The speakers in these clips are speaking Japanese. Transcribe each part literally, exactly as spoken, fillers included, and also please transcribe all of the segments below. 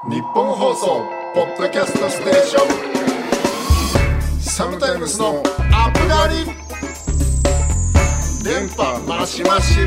日本放送ポッドキャストステーションサムタイムスのアップガリ電波マシマシ。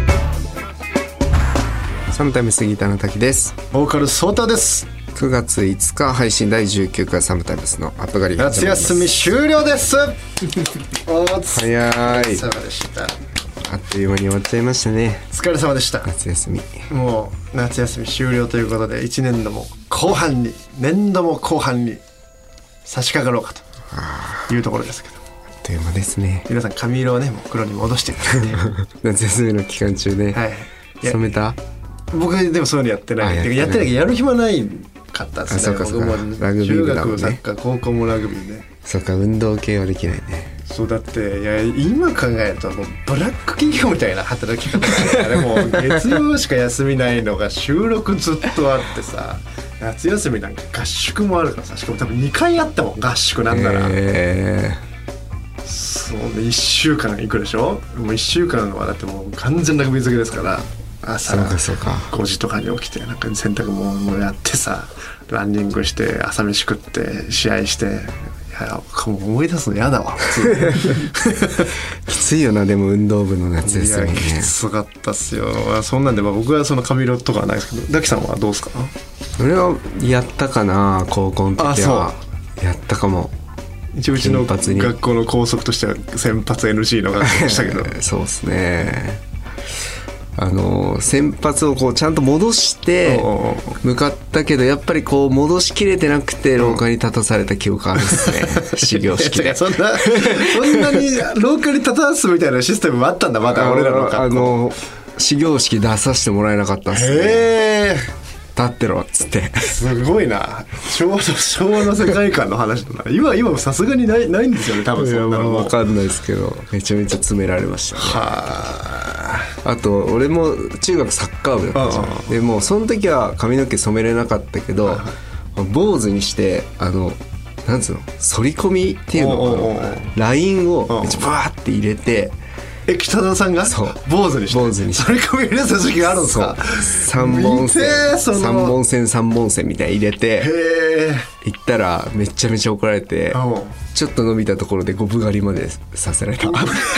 サムタイムスギターの滝です。 ボーカルソータです。 くがついつか配信だいじゅうきゅうかいサムタイムスのアップガリ。 夏休み終了ですお早い。 疲れ様でした。 あっという間に終わっちゃいましたね。 お疲れ様でした。 夏休みもう夏休み終了ということでいちねん度も後半に年度も後半に差し掛かろうかというところですけど、 あっという間ですね。 皆さん髪色をねもう黒に戻していただいて夏休みの期間中ね、 はい、 染めた。僕でもそういうのやってない。やってないやってなきゃやる暇ないかったですね。 そうかそうか。 僕もラグビー部だもんね。 中学サッカー高校もラグビーね。 そうか、運動系はできないね。 そうだっていや今考えるともうブラック企業みたいな働き方だからね。もう月曜しか休みないのが週録ずっとあってさ、夏休みなんか合宿もあるからさ、しかも多分にかいあったもん合宿なんなら、 えー、そういっしゅうかん行くでしょ。もういっしゅうかんはだってもう完全ラグビー漬けですから、朝ごじとかに起きてなんか洗濯物もやってさ、ランニングして朝飯食って試合して、いやもう思い出すの嫌だわきついよな。でも運動部の夏休みね。 いやきつかったっすよ。そんなんで、まあ、僕はその髪色とかはないですけど、ダキさんはどうですか？ 俺はやったかな、高校の時は。やったかも。 一応うちの学校の校則としては先発 エヌシー の学校でしたけどそうですね。あの先発をこうちゃんと戻して向かったけど、やっぱりこう戻しきれてなくて廊下に立たされた記憶あるっすね始業式で。 そんなそんなに廊下に立たすみたいなシステムもあったんだ。また俺らの学校あの始業式出させてもらえなかったっすね。 へー立ってろっつって。すごいな。昭和の昭和の世界観の話だな。今今さすがにないないんですよね多分。そんなの分かんないですけど、めちゃめちゃ詰められましたね。はあと俺も中学サッカー部だったじゃん。でもうその時は髪の毛染めれなかったけど、坊主にしてあのなんつうの反り込みっていうのラインをめっちゃバーって入れて。 え、北田さんが坊主にして坊主にしてそれ込み入れた時期があるんですか？ 三本線三本線三本線みたいに入れて行ったらめちゃめちゃ怒られて、ちょっと伸びたところでゴブ狩りまでさせられた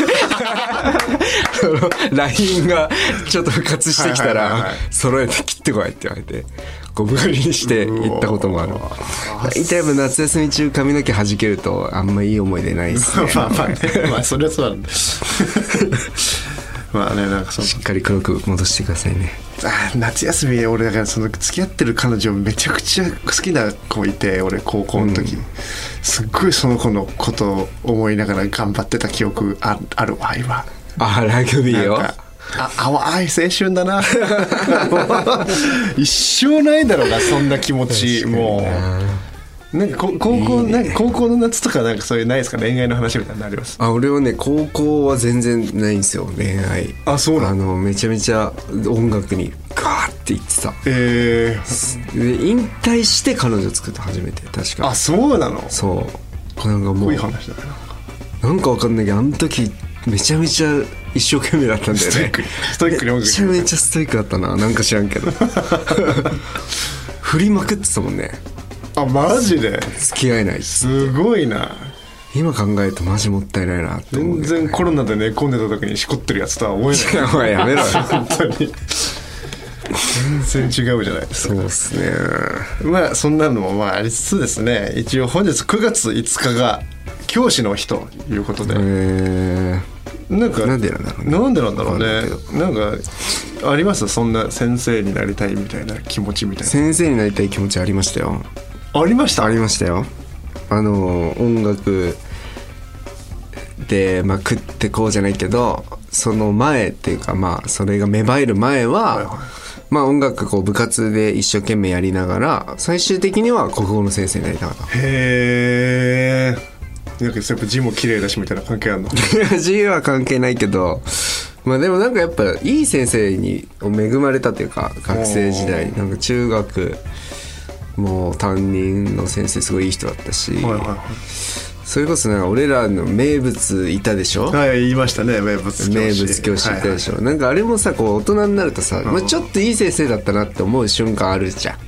ラインがちょっと復活してきたら揃えて切ってこいって言われてゴブ狩りにして行ったこともある。大体夏休み中髪の毛弾けるとあんまいい思い出ないですねまあまあね、まあそれはそうなんだまあね、なんかそのしっかり黒く戻してくださいね。 あ、夏休み俺だからその付き合ってる彼女めちゃくちゃ好きな子いて、俺高校の時、うん、すっごいその子のことを思いながら頑張ってた記憶 あ, あるわ今。 あ、ラグビーよ。 あ、淡い青春だな一生ないだろうなそんな気持ち。もうなんか高校、なんか高校の夏とかなんかそういうないですか？恋愛の話みたいなのあります？ あ、俺はね高校は全然ないんですよ恋愛。 あ、そうなの？ あのめちゃめちゃ音楽にガーっていってた。 えー、 で引退して彼女作った初めて確か。 あ、そうなの？ そうなんかもういい話だね。 なんかわかんないけどあの時めちゃめちゃ一生懸命だったんだよね。 ストイックに音楽めちゃめちゃストイックだったな。なんか知らんけど振りまくってたもんね。 あ、マジで？ 付き合えない。 すごいな。 今考えるとマジもったいないなって思う、ね、 全然コロナで寝込んでた時にしこってるやつとは思えない。 お前やめろよ本当に全然違うじゃないですか。 そうですね。 まあそんなのもまあありつつですね、一応本日くがついつかが教師の日ということで、 へなんかなんでなんだろうね。 なんでなんだろうね。なんかあります？そんな先生になりたいみたいな気持ちみたいな。 先生になりたい気持ちありましたよ。 ありました？ ありましたよ。あの音楽でまあ食ってこうじゃないけど、その前っていうかまあそれが芽生える前は、はいはい、まあ音楽こう部活で一生懸命やりながら最終的には国語の先生になりたかった。 へー。なんかやっぱ字も綺麗だしみたいな関係あるの？ 字は関係ないけど、まあでもなんかやっぱいい先生に恵まれたというか、学生時代なんか中学もう担任の先生すごいいい人だったし、はいはいはい、それこそなんか俺らの名物いたでしょ。 はい、言いましたね、名物教師。 名物教師いたでしょ、はいはい、なんかあれもさこう大人になるとさ、まあ、ちょっといい先生だったなって思う瞬間あるじゃん。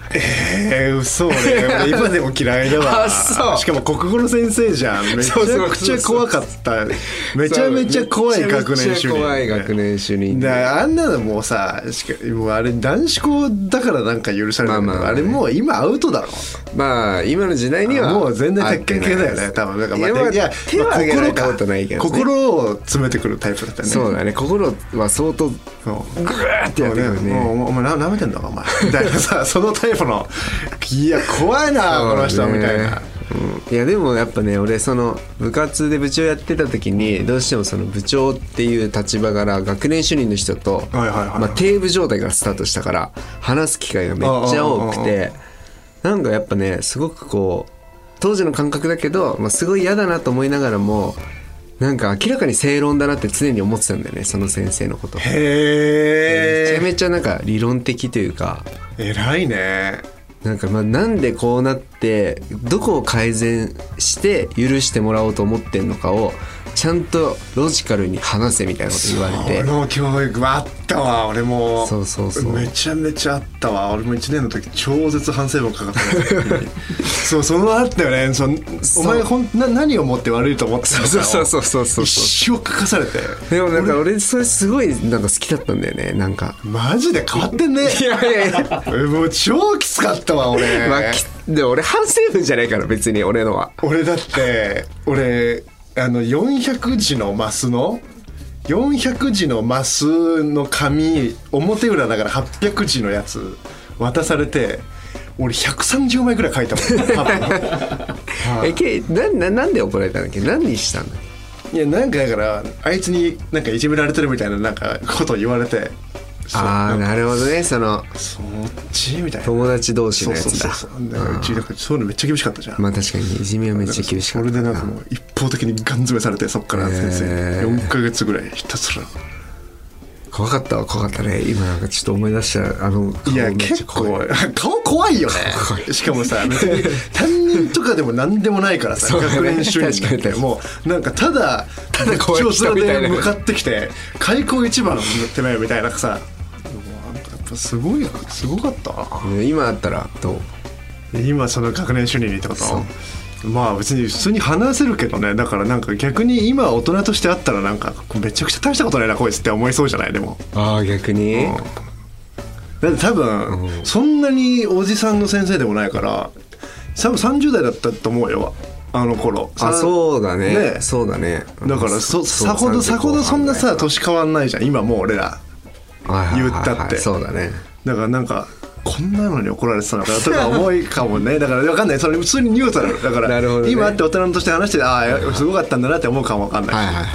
えー、嘘ね俺今でも嫌いだわあそうしかも国語の先生じゃんめちゃくちゃ怖かっためちゃめちゃ怖い学年主任、 めちゃめちゃ怖い学年主任だあんなのもうさしかもうあれ男子校だからなんか許されるけど、まあまあね、あれもう今アウトだろまあ今の時代にはもう全然鉄拳系だよね多分なんかまあいや手は挙げられたことないけど、ね、 心を詰めてくるタイプだったよねそうだね心は相当グーってやってくるねもうお前なめてんだかお前みたいなさそのタイプのいや怖いなこの人みたいな、 うん、いやでもやっぱね俺その部活で部長やってた時にどうしてもその部長っていう立場から学年主任の人と、はいはいはいまあ、低部状態からスタートしたから話す機会がめっちゃ多くてなんかやっぱねすごくこう当時の感覚だけど、まあ、すごい嫌だなと思いながらもなんか明らかに正論だなって常に思ってたんだよねその先生のこと。 へーめちゃめちゃなんか理論的というか偉いね。 なんかまあなんでこうなってどこを改善して許してもらおうと思ってんのかをちゃんとロジカルに話せみたいなこと言われてその教育あったわ俺もそうそうそうめちゃめちゃあったわ俺もいちねんの時超絶反省文書かせた時にそうそのあったよねそお前ほんな何をもって悪いと思ってたのかそうそうそうそうそう一生書かされてでもなんか俺それすごいなんか好きだったんだよねなんかマジで変わってんねいやいやいやもう超きつかったわ俺、 まあ、で俺反省文じゃないから別に俺のは俺だって俺あのよんひゃくじのマスのよんひゃくじのマスの紙表裏だからはっぴゃくじのやつ渡されて俺ひゃくさんじゅうまいぐらい書いたもん多分えけ な, な, なんで怒られたんだっけ何にしたんだっけいやなんかだからあいつになんかいじめられてるみたいななんかことを言われてああなるほどねそのそっちみたいな友達同士のやつだそうそうそうだからうちだからそういうのめっちゃ厳しかったじゃんまあ確かにいじめはめっちゃ厳しかったそれでなんかもう一方的にガン詰めされてそっから先生よんかげつぐらいひたすら怖かったわ怖かったね今なんかちょっと思い出したあの顔いや結構顔怖いよねしかもさ別に担任とかでも何でもないからさ学年主任ってもうなんかただただこういう人みたいな向かってきて開口一番のてめえみたいなさすごいすごかった今あったらどう今その学年主任にってことまあ別に普通に話せるけどねだからなんか逆に今大人としてあったらなんかめちゃくちゃ大したことないなこいつって思いそうじゃないでもああ逆に、うん、 だって多分、うん、そんなにおじさんの先生でもないから多分さんじゅう代だったと思うよあの頃あそうだ ね, ねそうだねだからそさほどさほどそんなさ年変わんないじゃん今もう俺ら言ったって、はいはい、 そうだねだからなんかこんなのに怒られてたのかなとか思いかもねだから分かんないそれ普通にニュートラルだから、ね、今って大人として話してああすごかったんだなって思うかも分かんない、はいはいはい、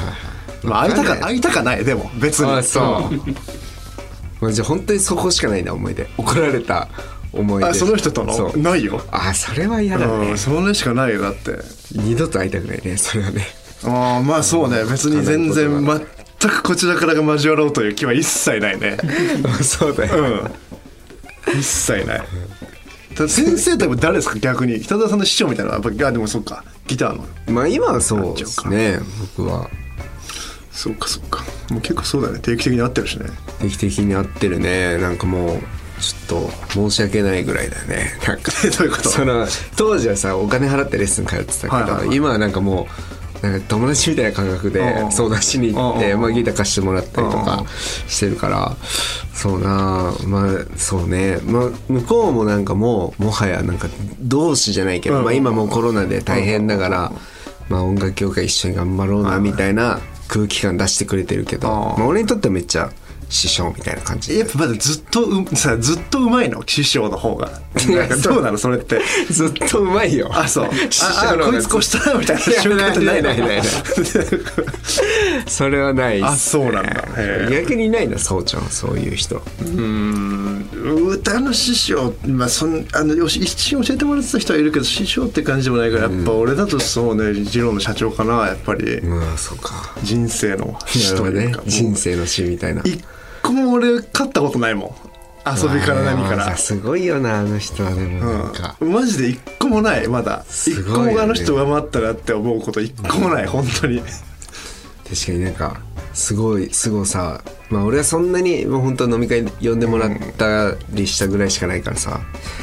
まあ会いたか会いたかないでも別にあそうじゃあ本当にそこしかないな思い出怒られた思い出あその人とのないよあそれは嫌だね、 うん、それしかないよだって二度と会いたくないねそれはねああまあそうね別に全然全くこちらからが交わろうという気は一切ないねそうだよ、 うん一切ない先生って誰ですか逆に北澤さんの師匠みたいなのはやっぱあでもそうかギターのまあ今はそうですね僕はそうかそうかもう結構そうだね定期的に会ってるしね定期的に会ってるねなんかもうちょっと申し訳ないぐらいだよねなんかどういうことその当時はさお金払ってレッスン通ってたけど、はいはいはい、今はなんかもうなんか友達みたいな感覚で相談しに行って、まあ、ギター貸してもらったりとかしてるからそうなまあそうね、まあ、向こうもなんかもうもはやなんか同志じゃないけど、まあ、今もうコロナで大変だから、まあ、音楽協会一緒に頑張ろうなみたいな空気感出してくれてるけど、まあ、俺にとってはめっちゃ師匠みたいな感じやっぱまだずっとうさずっとうまいの師匠の方がなんかどうなのそれってずっとうまいよあそうああこいつ越したなみたいな瞬間ってないないないないそれはないっす、ね、 あそうなんだ逆にいないなそうちゃんそういう人うーん歌の師匠まあそんあの一瞬教えてもらってた人はいるけど師匠って感じでもないからやっぱ俺だとそうね二郎の社長かなやっぱりまあそうか人生の師というか、 ね、人生の師みたいな一個も俺勝ったことないもん遊びから何からすごいよなあの人はでもなんか、 うん、マジで一個もないまだ一、ね、個もあの人上回ったらって思うこと一個もない本当に確かになんかすごいすごさまあ俺はそんなにもう本当飲み会呼んでもらったりしたぐらいしかないからさ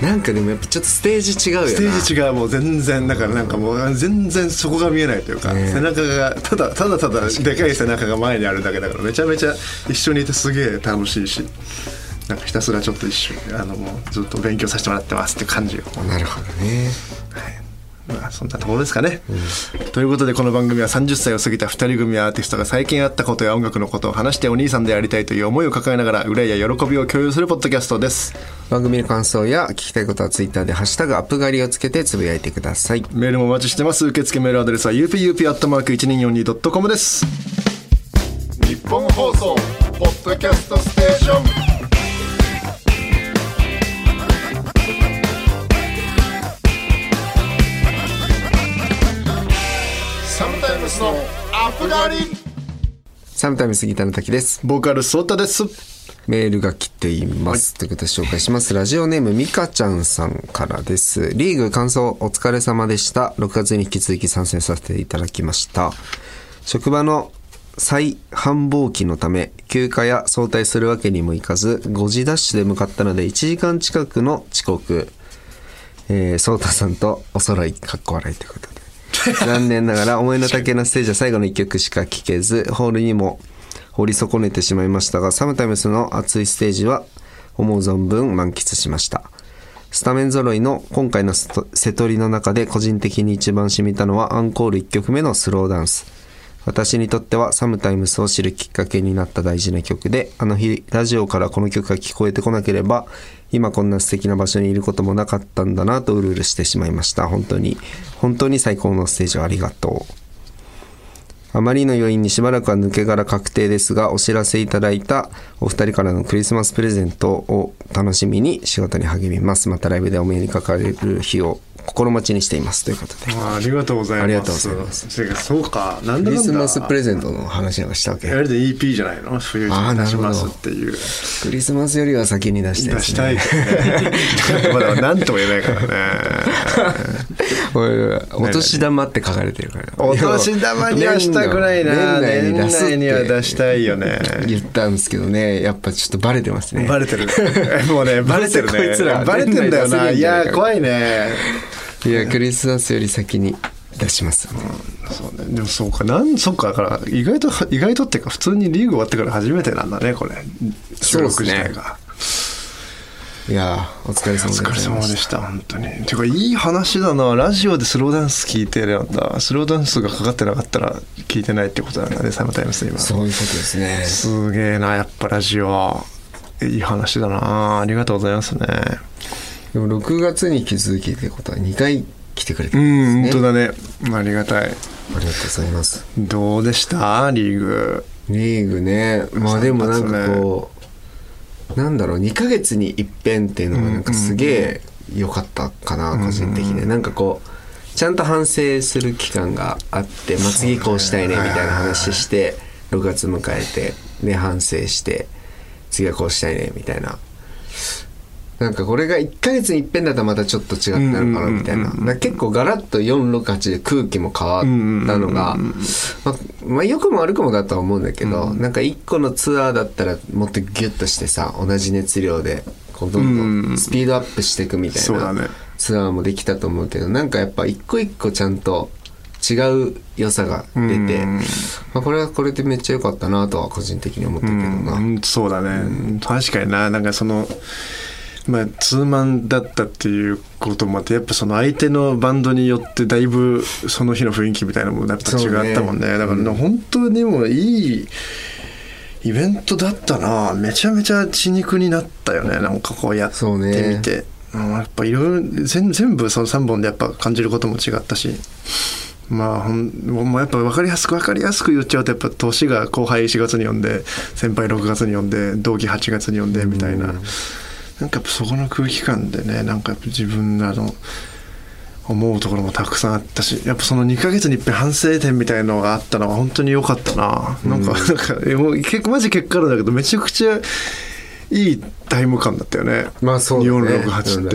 なんかでもやっぱちょっとステージ違うよな。 ステージ違う、もう全然だからなんかもう全然そこが見えないというか、ね、背中がただただただでかい背中が前にあるだけだからめちゃめちゃ一緒にいてすげえ楽しいし、なんかひたすらちょっと一緒にあのもうずっと勉強させてもらってますって感じよ。 なるほどね。 はい、まあ、そんなところですかね、うん、ということでこの番組はさんじゅっさいを過ぎたふたり組アーティストが最近あったことや音楽のことを話してお兄さんでありたいという思いを抱えながら憂いや喜びを共有するポッドキャストです。 番組の感想や聞きたいことはツイッターでハッシュタグアップ狩りをつけてつぶやいてください。 メールもお待ちしてます。受付メールアドレスは ユーピーユーピーアットマークいちにーよんにードットコム です。 日本放送ポッドキャストステーション、サムタイムスのアップ狩り。 サムタイムスギターの滝です。 ボーカルソータです。 メールが来ています、はい、ということで紹介します。ラジオネームみかちゃんさんからです。リーグ感想お疲れ様でした。ろくがつに引き続き参戦させていただきました。職場の再繁忙期のため休暇や早退するわけにもいかずごじダッシュで向かったのでいちじかん近くの遅刻、えー、ソータさんとお揃いかっこ笑いということで残念ながら思いの丈のステージは最後のいっきょくしか聴けずホールにも掘り損ねてしまいましたが、サムタイムスの熱いステージは思う存分満喫しました。スタメン揃いの今回の瀬取りの中で個人的に一番染みたのはアンコールいっきょくめのスローダンス。私にとってはサムタイムスを知るきっかけになった大事な曲で、あの日ラジオからこの曲が聞こえてこなければ今こんな素敵な場所にいることもなかったんだなとうるうるしてしまいました。本当に本当に最高のステージをありがとう。あまりの余韻にしばらくは抜け殻確定ですが、お知らせいただいたお二人からのクリスマスプレゼントを楽しみに仕事に励みます。またライブでお目にかかれる日を心待ちにしていますということで。 あ, ありがとうございます。 ありがとうございます。 そうか、なんだなんだクリスマスプレゼントの話をしたわけ。 あれで イーピー じゃないの、冬に出しますっていう。 クリスマスよりは先に出したいですね。 出したい、ね、まだ何とも言えないからね俺お年玉って書かれてるから、 お年玉にはしたくないな。年内には出したいよね。 言ったんですけどね、やっぱちょっとバレてますね。 バレてるもうね、バレてるね。こいつらバレてんだよな。いや怖いね。 いやクリスマスより先に出しますよね、 うん、そうね。でもそうか、なんそっか、だから意外と意外とっていうか普通にリーグ終わってから初めてなんだねこれ。収録自体が。 いやお疲れ様でした。 お疲れ様でした本当に。てかいい話だな。ラジオでスローダンス聞いてるんだ。スローダンスがかかってなかったら聞いてないってことなんだね、サムタイムス今。 そういうことですね。 すげえな、やっぱラジオいい話だな。ありがとうございますね。 でもろくがつに引き続きってことはにかい来てくれてるんですね。 うん、本当だね。ありがたい。ありがとうございます。 どうでしたリーグ。 リーグね、まあでもなんかこう、ね、なんだろう、にかげつに一遍っていうのがなんかすげえ良かったかな、うんうん、個人的に。なんかこうちゃんと反省する期間があって、まあ、次こうしたいねみたいな話して、ろくがつ迎えてで反省して次はこうしたいねみたいな。なんかこれがいっかげつに一遍だったらまたちょっと違ったのかなみたいな。だから結構ガラッとよんろくはちで空気も変わったのが、まあ、まあ良くも悪くもだとは思うんだけど、なんかいっこのツアーだったらもっとギュッとしてさ、同じ熱量でこうどんどんスピードアップしていくみたいなツアーもできたと思うけど、なんかやっぱ一個一個ちゃんと違う良さが出て、まあ、これはこれでめっちゃ良かったなとは個人的に思ったけどな。 うん、そうだね、うん、確かにな。なんかそのまあ、ツーマンだったっていうこともあって、やっぱその相手のバンドによってだいぶその日の雰囲気みたいなのもやっぱ違ったもん ね, ねだから、ね、本当にもいいイベントだったな。めちゃめちゃ血肉になったよね。なんかこうやってみて、うん、やっぱいろいろ全部そのさんぼんでやっぱ感じることも違ったし、まあ、ほんもうやっぱ分かりやすく分かりやすく言っちゃうと、やっぱ年が後輩しがつに呼んで先輩ろくがつに呼んで同期はちがつに呼んでみたいな、うん、なんかそこの空気感でね、なんか自分らの思うところもたくさんあったし、やっぱそのにかげつに一遍反省点みたいなのがあったのは本当に良かったな、うん、なんかなんかもう結構マジ結果あるんだけどめちゃくちゃいいタイム感だったよね。 まあそうだね、 よんろくはちって。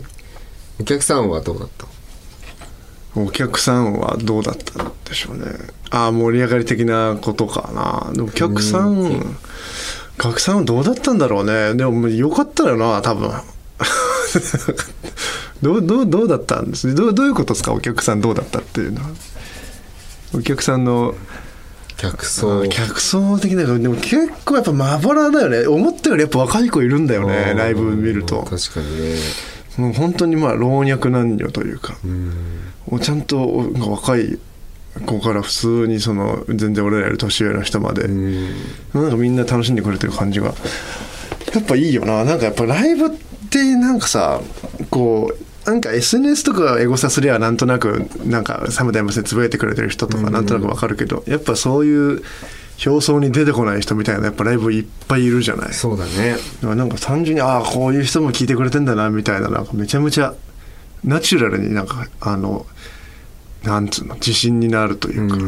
お客さんはどうだった？ お客さんはどうだったんでしょうね。ああ、盛り上がり的なことかな。でもお客さん、うん、お客さんはどうだったんだろうね。でも良かったよな多分どうどうどうだったんですどうどういうことですか？お客さんどうだったっていうのは。お客さんの客層客層的な。でも結構やっぱまばらだよね。思ったよりやっぱ若い子いるんだよね、ライブ見ると。 確かにね。 もう本当にまあ老若男女というか、うん、ちゃんと若い子から普通にその全然俺らより年上の人まで、うん、なんかみんな楽しんでくれてる感じがやっぱいいよな。なんかやっぱライブってなんかさ、こうなんか エスエヌエス とかエゴサすりゃなんとなくなんかサムタイムスでつぶやいてくれてる人とかなんとなくわかるけど、やっぱそういう表層に出てこない人みたいなやっぱライブいっぱいいるじゃない。 そうだね。 なんか単純にああこういう人も聞いてくれてんだなみたいな、なんかめちゃめちゃナチュラルになんかあのなんつうの自信になるというか、うん、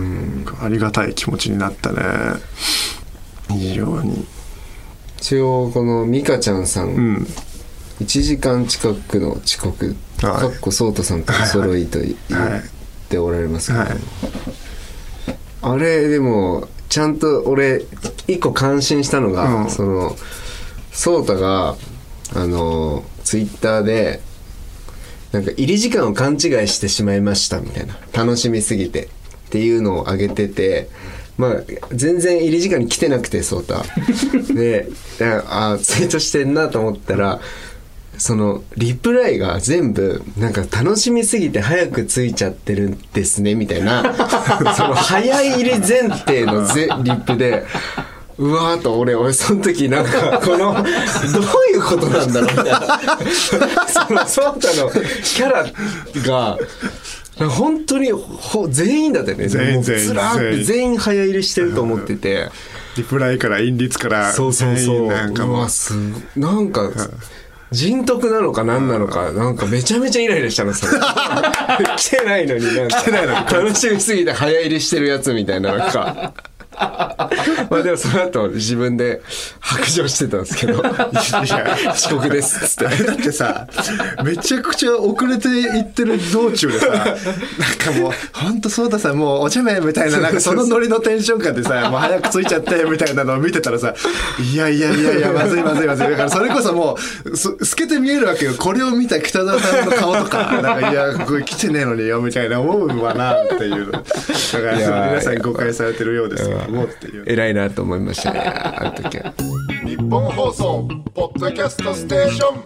ありがたい気持ちになったね。非常に。 一応このミカちゃんさん、うん、いちじかん近くの遅刻、はい、かっこソータさんとお揃いと言っておられますけど、はいはい、あれでもちゃんと俺一個感心したのが、うん、そのソータがあのツイッターでなんか入り時間を勘違いしてしまいましたみたいな、楽しみすぎてっていうのを上げてて、まあ全然入り時間に来てなくてソータで、あツイートしてんなと思ったら、そのリプライが全部なんか楽しみすぎて早く着いちゃってるんですねみたいなその早い入り前提のぜリップで、うわーと俺俺その時なんかこのどういうことなんだろうみたいなそのソータのキャラが本当にほ全員だったよね。全員全員ずらーって全員早入りしてると思ってて、 リプライからインリツからそうそうそう、 なんかもうすなんか人徳なのか何なのか、なんかめちゃめちゃイライラしたのそれ来てないのになんか楽しみすぎて早入りしてるやつみたいな、なんかまあでもその後自分で白状してたんですけどいや遅刻ですっつって。 だってさめちゃくちゃ遅れていってる道中でさ、なんかもうほんとそうださ、もうお茶目みたいな、なんかそのノリのテンション感でさもう早く着いちゃってみたいなのを見てたらさ、いやいやいやいやまずいまずいまずい、だからそれこそもう透けて見えるわけよ。これを見た北澤さんの顔とかなんかいやこれ来てねえのによみたいな思うわなっていう、だから皆さん誤解されてるようですよ。もうっていう偉いなと思いましたね、あの時は。 日本放送ポッドキャストステーション。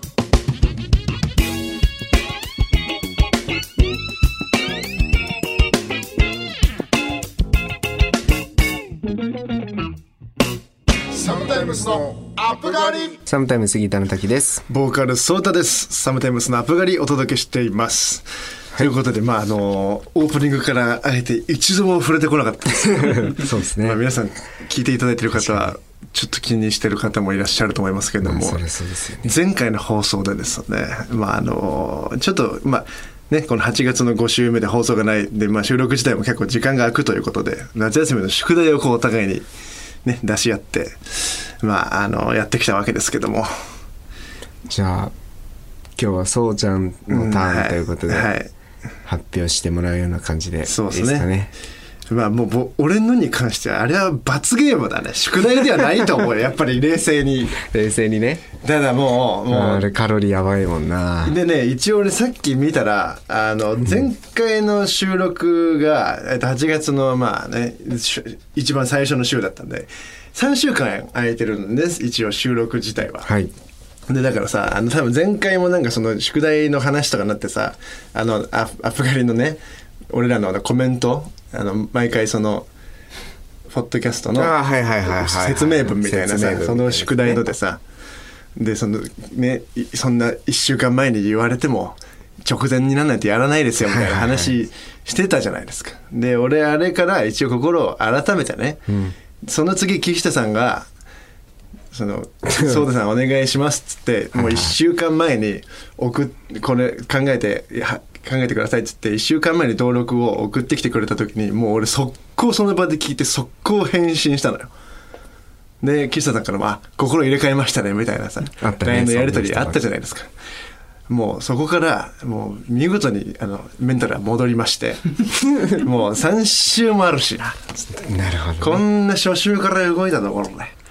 サムタイムスのアップガリ。 サムタイムスギターの滝です。 ボーカルソータです。サムタイムスのアップガリお届けしています。ということで、まああのオープニングからあえて一度も触れてこなかったですそうですね、 まあ、皆さん聞いていただいている方はちょっと気にしている方もいらっしゃると思いますけれども、まあそれそうですよね、前回の放送でですね、まああのちょっとまあね、このはちがつのご週目で放送がないで、まあ、収録自体も結構時間が空くということで、夏休みの宿題をこうお互いに、ね、出し合って、まあ、あのやってきたわけですけども、 じゃあ今日はそうちゃんのターンということで、うんはいはい、発表してもらうような感じでいいですかね。そうですね。 まあもう俺のに関してはあれは罰ゲームだね、宿題ではないと思うよやっぱり冷静に冷静にね。 だからもうもうあれカロリーやばいもんな。 でね、一応俺さっき見たらあの前回の収録がはちがつのまあね一番最初の週だったんでさんしゅうかん空いてるんです、一応収録自体は。はい。でだからさ、あの多分前回もなんかその宿題の話とかになってさ、あのアップガリのね俺らのコメント、あの毎回そのポッドキャストの説明文みたいなさ、その宿題のでさ、でそのねそんないっしゅうかんまえに言われても直前にならないとやらないですよみたいな話してたじゃないですか。で俺あれから一応心を改めてね、うん、その次木下さんがそのソータさんお願いしますっつってもういっしゅうかんまえに送っこれ考えて考えてくださいっつっていっしゅうかんまえに登録を送ってきてくれた時にもう俺速攻その場で聞いて速攻返信したのよ。で岸田さんからもあ心入れ替えましたねみたいなさ ライン のやり取りあったじゃないですか。もうそこからもう見事にあのメンタルは戻りましてもうさん週もあるしな、 なるほど、ね、 こんな初週から動いたところね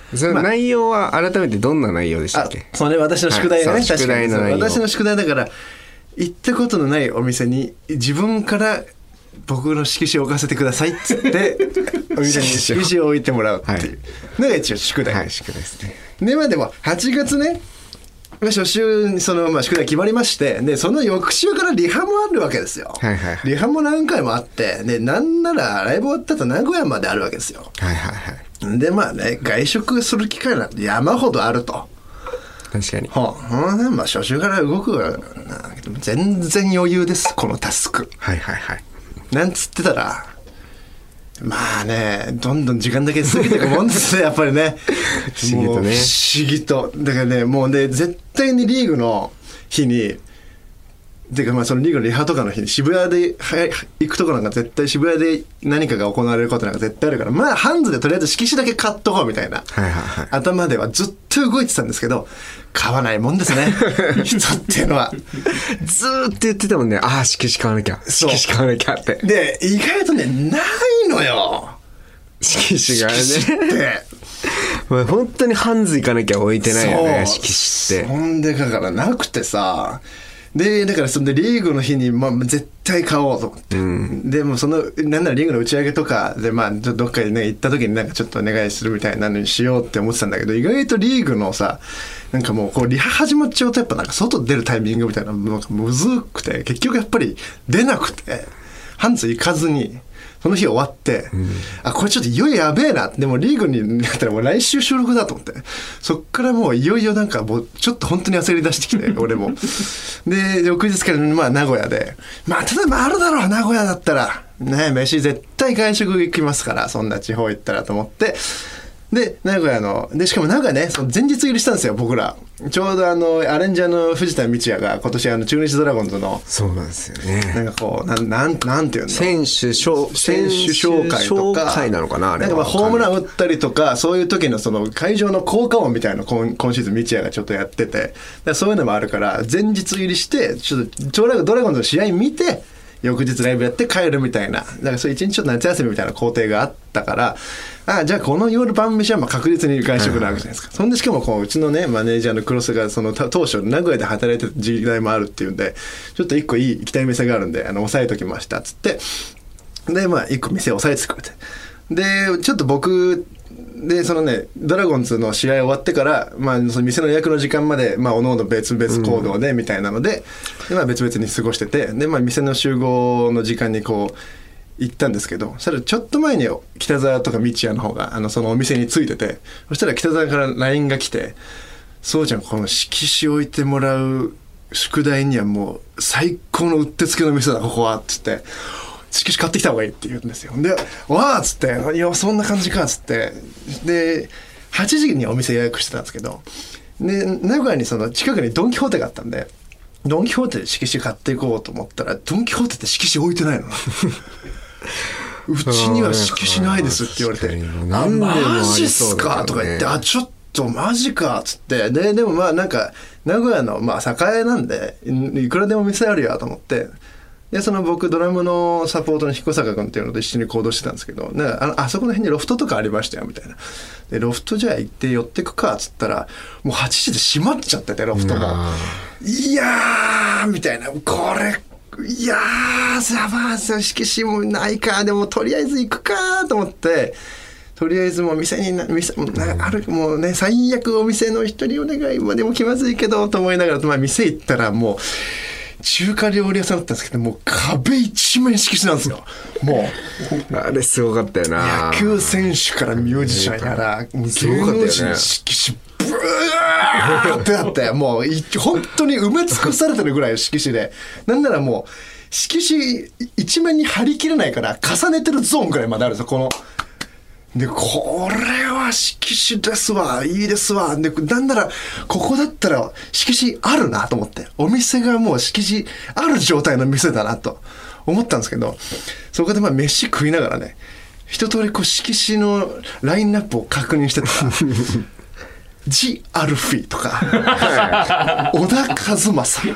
その内容は改めてどんな内容でしたっけ？ あ、それ私の宿題がね、 はい、宿題の内容。 私の宿題だから行ったことのないお店に自分から僕の色紙を置かせてくださいっつってお店に色紙を置いてもらうっていうのが一応宿題。 はい、宿題ですね。 でまあでもはちがつね、初週にそのまあ宿題決まりまして、でその翌週からリハもあるわけですよ。 はいはいはい、 リハも何回もあって、でなんならライブ終わったと名古屋まであるわけですよ。 はいはいはい。 でまあね、外食する機会なんて山ほどあると。 確かに。 はあ、まあ初週から動くわな。全然余裕ですこのタスク。 はいはいはい。 なんつってたら、まあね、どんどん時間だけ過ぎていくもんですね、やっぱりね。 不思議とね。 不思議と。だからね、もうね、絶対にリーグの日に、てかまあそのリーグのリハとかの日に渋谷で行くところなんか絶対渋谷で何かが行われることなんか絶対あるから、まあハンズでとりあえず色紙だけ買っとこうみたいな、 はいはいはい、 頭ではずっと動いてたんですけど、買わないもんですね人っていうのは。 ずーっと言ってたもんね。ああ、色紙買わなきゃ、色紙買わなきゃって。 で意外とね、ないのよ色紙がね。 色紙ってまあ本当にハンズ行かなきゃ置いてないよね、色紙って。 そんでだからなくてさ、でだからそんでリーグの日に、まあ、絶対買おうと思って、うん、でもそのなんならリーグの打ち上げとかで、まあ、どっかにね行った時になんかちょっとお願いするみたいなのにしようって思ってたんだけど、意外とリーグのさ、なんかもうこうリハ始まっちゃうとやっぱなんか外出るタイミングみたいなのがむずくて、結局やっぱり出なくてハンズ行かずにその日終わって、うん、あ、これちょっといよいよやべえな。でもリーグになったらもう来週収録だと思って。そっからもういよいよなんかもうちょっと本当に焦り出してきて、俺も。で、翌日からまあ名古屋で。まあ、ただまああるだろう、名古屋だったら。ね、飯絶対外食行きますから、そんな地方行ったらと思って。で、名古屋の、で、しかも名古屋ね、その前日入りしたんですよ、僕ら。ちょうどあの、アレンジャーの藤田道也が今年あの、中日ドラゴンズの、 そうなんですよね。 なんかこう、なん、なん、なんていうの、 選手紹、 選手紹介とか、 紹介なのかな、あれは。 なんかまあホームラン打ったりとか、そういう時のその会場の効果音みたいなの今、今シーズン道也がちょっとやってて、そういうのもあるから、前日入りして、ちょっと、ドラゴンズの試合見て、翌日ライブやって帰るみたいな、だからそう一日ちょっと夏休みみたいな工程があったから、ああ、じゃあこの夜晩飯はまあ確実に外食なわけじゃないですか。そんでしかもこううちのねマネージャーのクロスがその当初名古屋で働いてた時代もあるっていうんで、ちょっと一個いい行きたい店があるんであの押さえときましたっつって、でまあ一個店を押さえてくれて、でちょっと僕でそのねドラゴンズの試合終わってから、まあ、その店の予約の時間まで、まあ、おのおの別々行動でみたいなので、うん、でまあ、別々に過ごしてて、で、まあ、店の集合の時間にこう行ったんですけど、そしたらちょっと前に北沢とか道也の方があのそのお店に着いてて、そしたら北沢から ライン が来て、そうじゃん、この色紙置いてもらう宿題にはもう最高のうってつけの店だここはっつって、色紙買ってきた方がいいって言うんですよ。で、わーっつって、いやそんな感じかっつって、ではちじにお店予約してたんですけど、で名古屋にその近くにドン・キホーテがあったんで、ドン・キホーテで色紙買っていこうと思ったら、ドン・キホーテって色紙置いてないのうちには色紙ないですって言われて、あ、マジっすかとか言って、あ、ちょっとマジかっつって、ででもまあなんか名古屋のまあ栄なんでいくらでも店あるやと思って、でその僕ドラムのサポートの彦坂君っていうのと一緒に行動してたんですけど、なんか あのあそこの辺にロフトとかありましたよみたいな、でロフトじゃあ行って寄ってくかっつったら、もうはちじで閉まっちゃってて、ロフトも、いやーみたいな、これいやーやばー、色紙もないか、でもとりあえず行くかと思って、とりあえずもう店に店ある、もうね最悪お店の人にお願い、まあ、でも気まずいけどと思いながら、まあ、店行ったらもう中華料理屋さんだったんですけど、もう壁一面色紙なんですよ。もうあれすごかったよな。 野球選手からミュージシャンやら芸能人の色紙ブワーってあって、もう本当に埋め尽くされてるぐらいの色紙で、なんならもう色紙一面に貼り切れないから重ねてるゾーンぐらいまであるんですよ、この。でこれは色紙ですわ、いいですわ。でなんならここだったら色紙あるなと思って、お店がもう色紙ある状態の店だなと思ったんですけど、そこでまあ飯食いながらね、一通りこう色紙のラインナップを確認してたらジ・アルフィーとか小田和正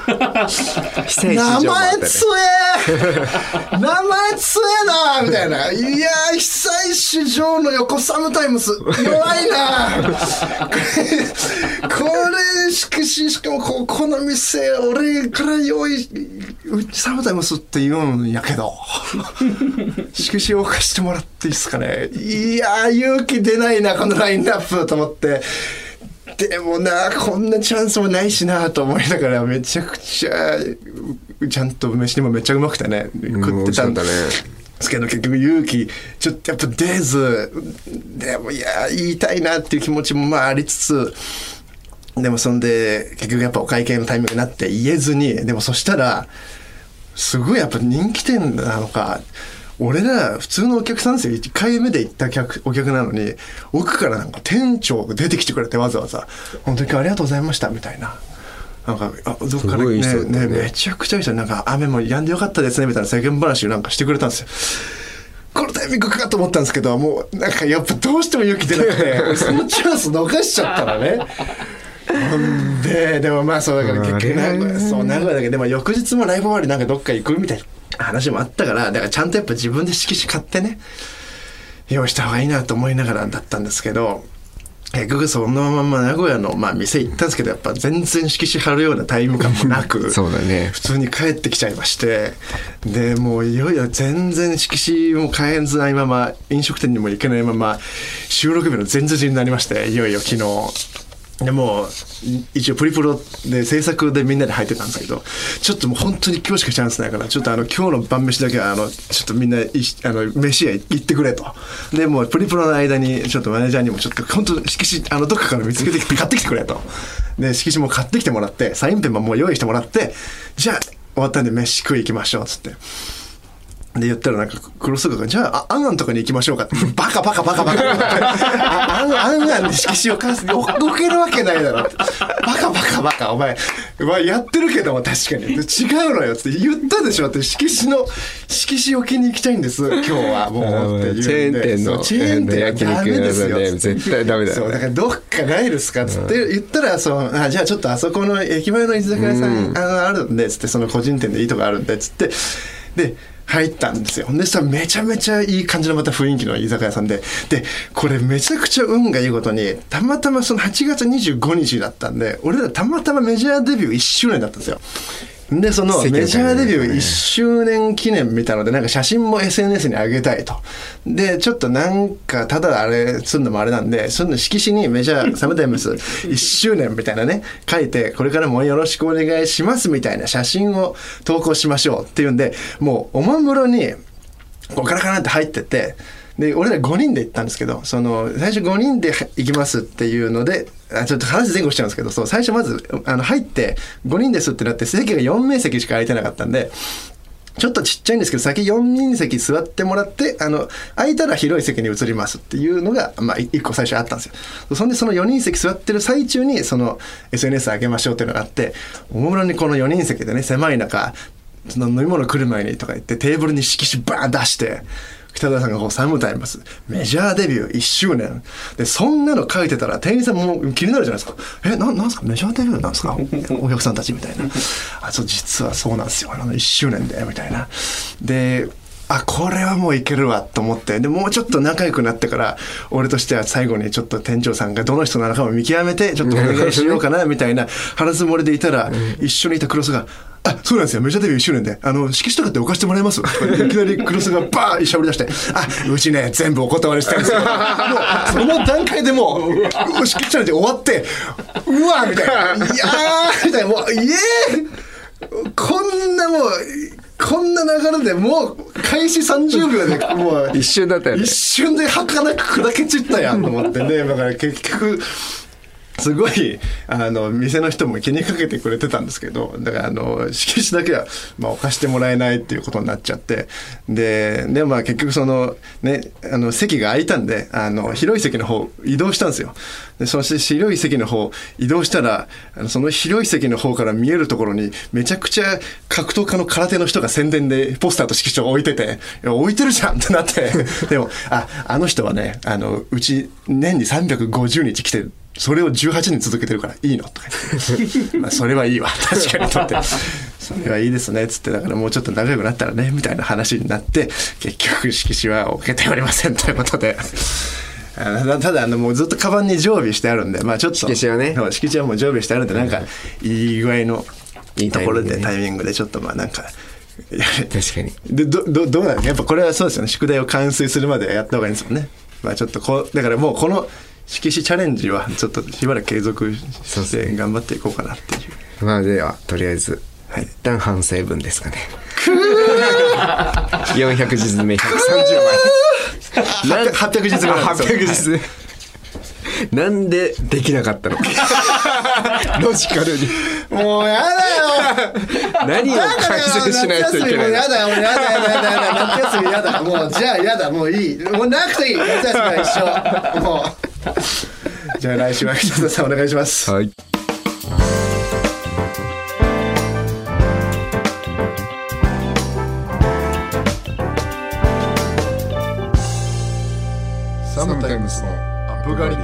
名前つえ名前つえなみたいな、いやー久石譲の横サムタイムス弱いなこれしかししかもここの店俺から用意サムタイムスって言うんやけど色紙を貸してもらっていいですかね。いやー勇気出ないなこのラインナップと思って、でもなこんなチャンスもないしなと思いながら、めちゃくちゃちゃんと飯にもめっちゃうまくてね食ってたんだねですけど、結局勇気ちょっとやっぱ出ず、でもいや言いたいなっていう気持ちもまあありつつ、でもそんで結局やっぱお会計のタイミングになって言えずに、でもそしたらすごいやっぱ人気店なのか、俺ら普通のお客さんですよ、いっかいめで行った客お客なのに奥からなんか店長が出てきてくれて、わざわざ本当にありがとうございましたみたいな、なんかあどっからねねめちゃくちゃいい人、なんか雨も止んでよかったですねみたいな世間話をなんかしてくれたんですよ。このタイミングかと思ったんですけど、もうなんかやっぱどうしても勇気出なくてそのチャンス逃しちゃったらねででもまあそうだから結局名古屋そう名古屋だけど、でも翌日もライブ終わりなんかどっか行くみたいな話もあったから、だからちゃんとやっぱ自分で色紙買ってね用意した方がいいなと思いながらだったんですけど、結局そのまま名古屋の、まあ、店行ったんですけど、やっぱ全然色紙貼るようなタイム感もなくそうだね、 普通に帰ってきちゃいまして、でもういよいよ全然色紙も買えずないまま飲食店にも行けないまま収録日の前日になりまして、いよいよ昨日でもう一応プリプロで制作でみんなで入ってたんですけど、ちょっともう本当に今日しかチャンスないから、ちょっとあの今日の晩飯だけはあのちょっとみんないあの飯屋行ってくれと。でもうプリプロの間にちょっとマネージャーにもちょっと本当色紙あのどっかから見つけて買ってきてくれと。で色紙も買ってきてもらって、サインペンももう用意してもらって、じゃあ終わったんで飯食い行きましょうっつって。で言ったらなんかクロスがじゃあアンアンとかに行きましょうかってバカバカバカバカアンアンアンに色紙を貸す動けるわけないだろってバカバカバカお前やってるけども確かに違うのよって言ったでしょって、色紙の色紙置きに行きたいんです今日はもうって言うんで、 チェーン店のチェーン店焼肉屋で絶対ダメだよ、 そうだからどっかないですかっつって言ったら、そうあじゃあちょっとあそこの駅前の居酒屋さん、うん、あのあるんでつって、その個人店でいいとこあるんでつってで入ったんですよ。でそしたらめちゃめちゃいい感じのまた雰囲気の居酒屋さんで、でこれめちゃくちゃ運がいいことに、たまたまそのはちがつにじゅうごにちだったんで、俺らたまたまメジャーデビューいっしゅうねんだったんですよ。でそのメジャーデビューいっしゅうねん記念みたいなので、なんか写真も エスエヌエス に上げたいと。でちょっとなんかただあれすんのもあれなんで、その色紙にメジャーサムタイムスいっしゅうねんみたいなね書いて、これからもよろしくお願いしますみたいな写真を投稿しましょうっていうんで、もうおもむろにこうカラカラって入ってて、で俺らごにんで行ったんですけど、その最初ごにんで行きますっていうので、あちょっと話前後しちゃうんですけど、そう最初まずあの入ってごにんですってなって、席がよんめいせきしか空いてなかったんで、ちょっとちっちゃいんですけど先よにんせき座ってもらって、あの空いたら広い席に移りますっていうのが、まあ、いっこ最初あったんですよ。そんでそのよにんせき座ってる最中にその エスエヌエス 上げましょうっていうのがあって、おもむろにこのよにんせきでね狭い中、その飲み物来る前にとか言ってテーブルに色紙バーン出して、北田さんがこうサムタイムスメジャーデビューいっしゅうねんで、そんなの書いてたら店員さんも気になるじゃないですか。えななんですかメジャーデビューなんですかお客さんたちみたいな。あそう実はそうなんですよ、あのいっしゅうねんでみたいな。であこれはもういけるわと思って、でもうちょっと仲良くなってから、俺としては最後にちょっと店長さんがどの人なのかも見極めてちょっとお願いしようかなみたいな腹積もりでいたら、一緒にいたクロスがあそうなんですよメジャーデビューいっしゅうねんであの色紙とかって置かしてもらえますいきなりクロスがバーンしゃべり出して、あうちね全部お断りしてるんですよもうその段階でもう色紙チャレンジ終わって、うわみたいな、いやーみたいな、もうイエーこんなもうこんな流れでもう開始さんじゅうびょうでもう一瞬だったよね。 一瞬で儚く砕け散ったやんと思ってね。だから結局すごいあの店の人も気にかけてくれてたんですけど、だからあの色紙だけは、まあ、置かしてもらえないっていうことになっちゃって、でで、まあ、結局その、ね、あの席が空いたんであの広い席の方移動したんですよ。でそして広い席の方移動したら、あのその広い席の方から見えるところにめちゃくちゃ格闘家の空手の人が宣伝でポスターと色紙を置いてて、いや置いてるじゃんってなってでもああの人はねあのうち年にさんびゃくごじゅうにち来てそれをじゅうはちねん続けてるからいいのとか言ってまあそれはいいわ確かにとってそれはいいですねっつって、だからもうちょっと仲良くなったらねみたいな話になって、結局色紙は受けておりませんということでただあのもうずっとカバンに常備してあるんで、まあちょっと色紙はね、 色紙はもう常備してあるんで、なんかいい具合のいいところでタイミングでちょっとまあなんか確かにで ど, ど, どうなのやっぱこれはそうですよね、宿題を完遂するまでやった方がいいんですもんね。まあちょっとこうだからもうこの色紙チャレンジはちょっとしばらく継続して頑張っていこうかなっていう。 まあではとりあえず、はい、一旦反省文ですかねよんひゃくじつめひゃくさんじゅうまいはっぴゃくじつぐらいはっぴゃくじつなんでできなかったのロジカルにもうやだよ何を改善しないといけないの。 やだよ、もうやだやだやだやだ夏休みやだ、もうじゃあやだ、もういい、もうなくていい、夏休みは一緒もうじゃあ来週は北田さんお願いします。 はい。 サムタイムスのアップ狩り。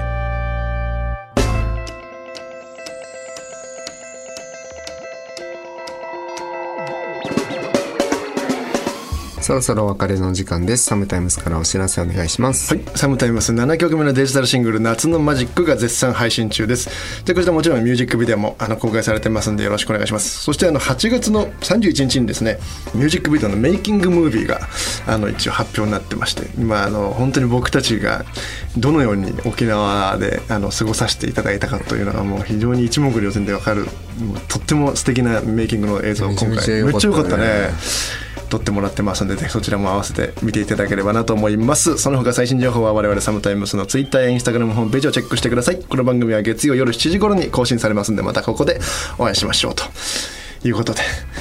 そろそろお別れの時間です。サムタイムスからお知らせお願いします。 はい、サムタイムスななきょくめのデジタルシングル夏のマジックが絶賛配信中です。でこちらもちろんミュージックビデオもあの公開されてますんでよろしくお願いします。そしてあのはちがつのさんじゅういちにちにですね、ミュージックビデオのメイキングムービーがあの一応発表になってまして、今あの本当に僕たちがどのように沖縄であの過ごさせていただいたかというのがもう非常に一目瞭然で分かる、もうとっても素敵なメイキングの映像を今回めっちゃ良かったね撮ってもらってますので、ぜひそちらも合わせて見ていただければなと思います。その他最新情報は我々サムタイムスのツイッターやインスタグラムホームページをチェックしてください。この番組は月曜夜しちじ頃に更新されますので、またここでお会いしましょうということで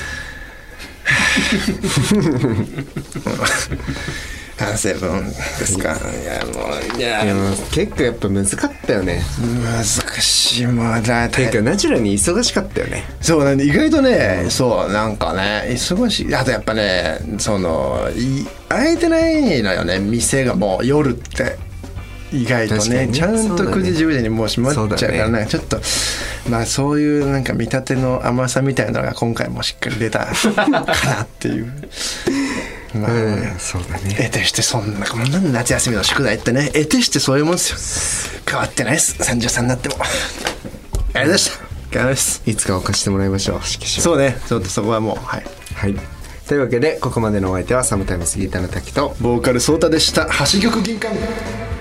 反省文ですか。いやもういやいや結構やっぱ難かったよね。 難しいもんだていうかナチュラルに忙しかったよね。 そうなんで意外とね、そうなんかね忙しい。あとやっぱねそのい空いてないのよね、店がもう夜って意外と ね, ねちゃんとくじじゅうじにもう閉まっちゃうからね、ねちょっとまあそういうなんか見立ての甘さみたいなのが今回もしっかり出たかなっていうまあ、うん、そうだね。得てしてそんなもん夏休みの宿題ってね、得てしてそういうもんですよ。変わってないです。さんじゅうさんになっても。ありがとうございました。ありがとうございます。 いつか置かしてもらいましょう。色紙。 そうね。ちょっとそこはもうはい。 はい。というわけでここまでのお相手はサムタイムスギターの滝とボーカルソータでした。橋玉銀館。